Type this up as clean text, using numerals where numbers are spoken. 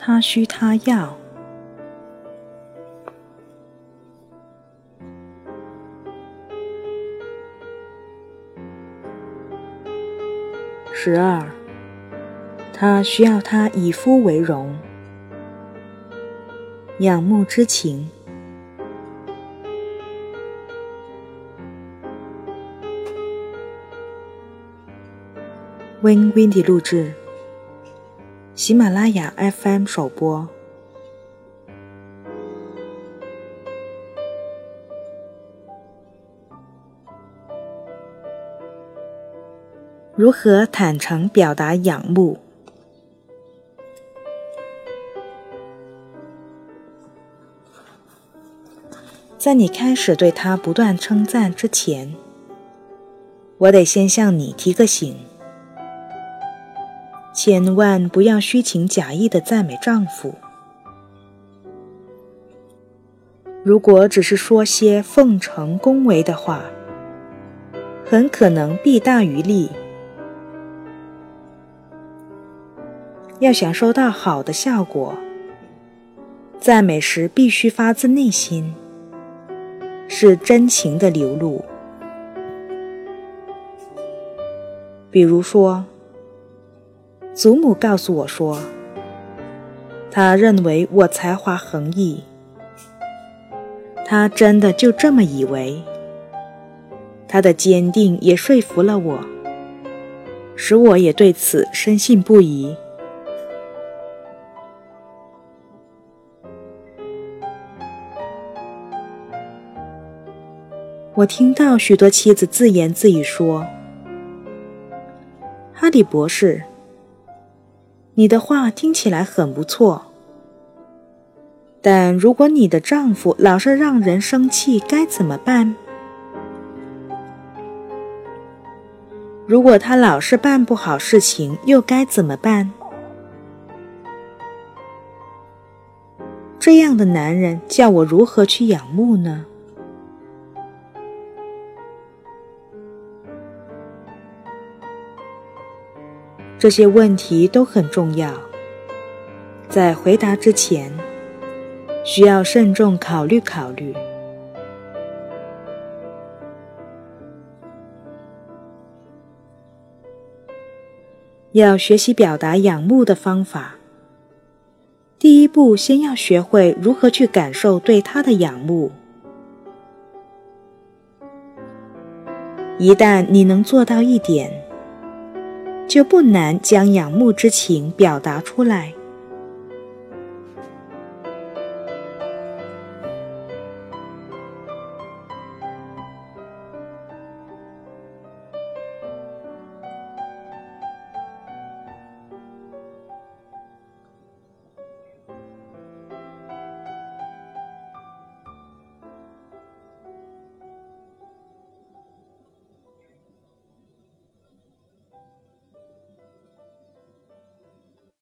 他需他要。12，他需要他以夫为荣。仰慕之情。Win Windy 录制，喜马拉雅 FM 首播。如何坦诚表达仰慕？在你开始对他不断称赞之前，我得先向你提个醒。千万不要虚情假意地赞美丈夫。如果只是说些奉承恭维的话，很可能弊大于利。要想收到好的效果，赞美时必须发自内心，是真情的流露。比如说，祖母告诉我说，她认为我才华横溢。她真的就这么以为。她的坚定也说服了我，使我也对此深信不疑。我听到许多妻子自言自语说，哈里博士，你的话听起来很不错，但如果你的丈夫老是让人生气，该怎么办？如果他老是办不好事情，又该怎么办？这样的男人叫我如何去仰慕呢？这些问题都很重要，在回答之前，需要慎重考虑考虑。要学习表达仰慕的方法，第一步先要学会如何去感受对他的仰慕。一旦你能做到一点，就不难将仰慕之情表达出来。